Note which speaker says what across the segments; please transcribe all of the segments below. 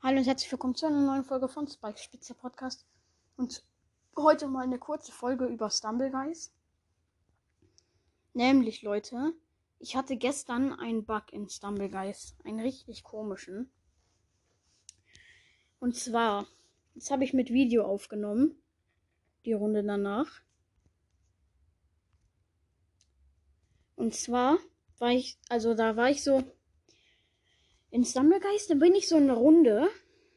Speaker 1: Hallo und herzlich willkommen zu einer neuen Folge von Spike Spitzer Podcast. Und heute mal eine kurze Folge über Stumbleguys. Nämlich, Leute, ich hatte gestern einen Bug in Stumbleguys. Einen richtig komischen. Und zwar, das habe ich mit Video aufgenommen. Die Runde danach. Und zwar war ich so in Stumbleguys, da bin ich so in eine Runde.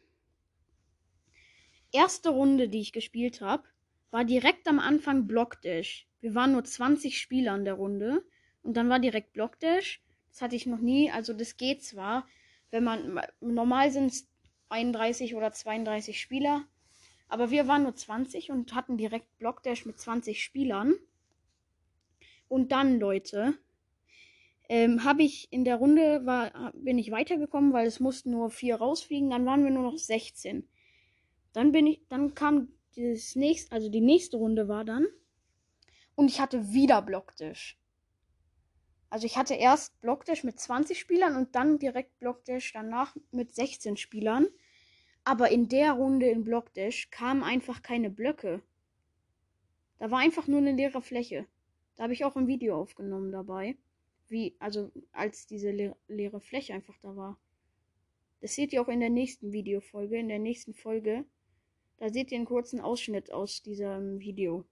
Speaker 1: Erste Runde, die ich gespielt habe, war direkt am Anfang Blockdash. Wir waren nur 20 Spieler in der Runde und dann war direkt Blockdash. Das hatte ich noch nie, also das geht zwar, wenn man, normal sind es 31 oder 32 Spieler, aber wir waren nur 20 und hatten direkt Blockdash mit 20 Spielern. Und dann, Leute, habe ich in der Runde, bin ich weitergekommen, weil es mussten nur 4 rausfliegen, dann waren wir nur noch 16. Dann kam die nächste Runde war dann. Und ich hatte wieder Blockdash. Also ich hatte erst Blockdash mit 20 Spielern und dann direkt Blockdash danach mit 16 Spielern. Aber in der Runde in Blockdash kamen einfach keine Blöcke. Da war einfach nur eine leere Fläche. Da habe ich auch ein Video aufgenommen dabei. Als diese leere Fläche einfach da war. Das seht ihr auch in der nächsten Videofolge, in der nächsten Folge. Da seht ihr einen kurzen Ausschnitt aus diesem Video.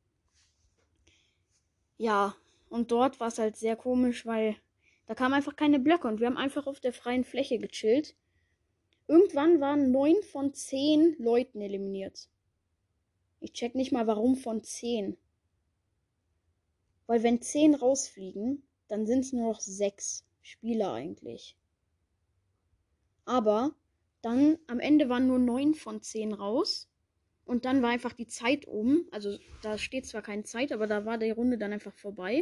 Speaker 1: Ja, und dort war es halt sehr komisch, weil da kamen einfach keine Blöcke und wir haben einfach auf der freien Fläche gechillt. Irgendwann waren 9 von 10 Leuten eliminiert. Ich check nicht mal, warum von 10. Weil wenn 10 rausfliegen, dann sind es nur noch 6 Spieler eigentlich. Aber dann am Ende waren nur 9 von 10 raus. Und dann war einfach die Zeit oben. Also da steht zwar keine Zeit, aber da war die Runde dann einfach vorbei.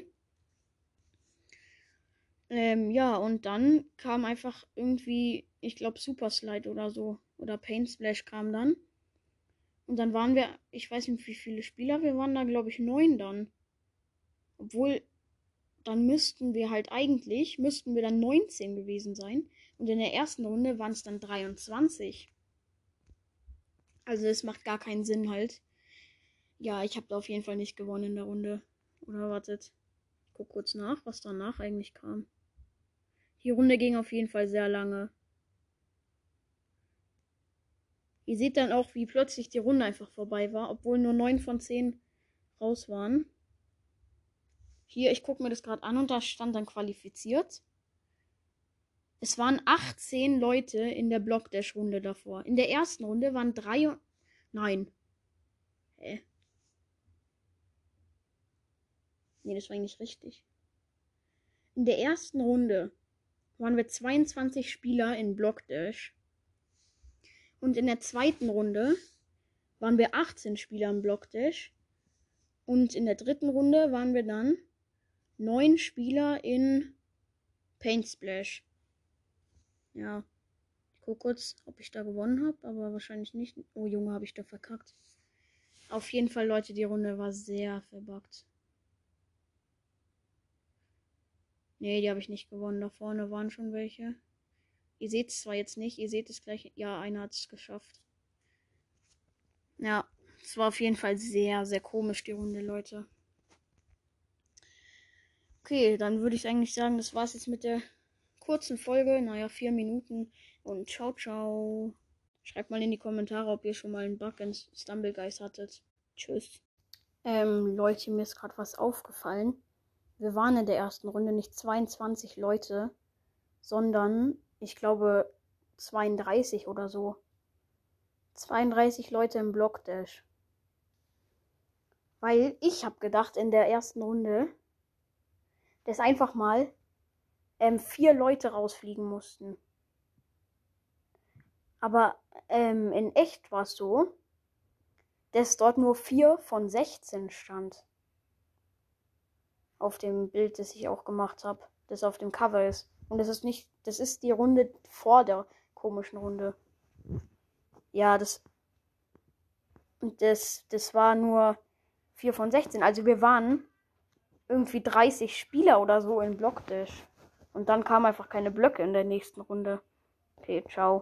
Speaker 1: Ja, und dann kam einfach irgendwie, ich glaube, Super Slide oder so. Oder Paint Splash kam dann. Und dann waren wir, ich weiß nicht, wie viele Spieler wir waren da, glaube ich, 9 dann. Obwohl, dann müssten wir dann 19 gewesen sein. Und in der ersten Runde waren es dann 23. Also es macht gar keinen Sinn halt. Ja, ich habe da auf jeden Fall nicht gewonnen in der Runde. Oder wartet. Ich guck kurz nach, was danach eigentlich kam. Die Runde ging auf jeden Fall sehr lange. Ihr seht dann auch, wie plötzlich die Runde einfach vorbei war, obwohl nur 9 von 10 raus waren. Hier, ich gucke mir das gerade an und da stand dann qualifiziert. Es waren 18 Leute in der Blockdash-Runde davor. In der ersten Runde waren 3 Nein. Hä? Nee, das war eigentlich richtig. In der ersten Runde waren wir 22 Spieler in Blockdash. Und in der zweiten Runde waren wir 18 Spieler im Blockdash. Und in der dritten Runde waren wir dann 9 Spieler in Paint Splash. Ja. Ich gucke kurz, ob ich da gewonnen habe, aber wahrscheinlich nicht. Oh Junge, habe ich da verkackt. Auf jeden Fall, Leute, die Runde war sehr verbuggt. Nee, die habe ich nicht gewonnen. Da vorne waren schon welche. Ihr seht es zwar jetzt nicht, ihr seht es gleich. Ja, einer hat es geschafft. Ja, es war auf jeden Fall sehr, sehr komisch, die Runde, Leute. Okay, dann würde ich eigentlich sagen, das war's jetzt mit der kurzen Folge. 4 Minuten. Und ciao, ciao. Schreibt mal in die Kommentare, ob ihr schon mal einen Bug in Stumbleguys hattet. Tschüss. Leute, mir ist gerade was aufgefallen. Wir waren in der ersten Runde nicht 22 Leute, sondern ich glaube 32 oder so. 32 Leute im Blockdash. Weil ich habe gedacht in der ersten Runde, dass einfach mal 4 Leute rausfliegen mussten. Aber in echt war es so, dass dort nur 4 von 16 stand. Auf dem Bild, das ich auch gemacht habe, das auf dem Cover ist. Und das ist die Runde vor der komischen Runde. Ja, das war nur 4 von 16. Also wir waren irgendwie 30 Spieler oder so in Blockdash. Und dann kamen einfach keine Blöcke in der nächsten Runde. Okay, ciao.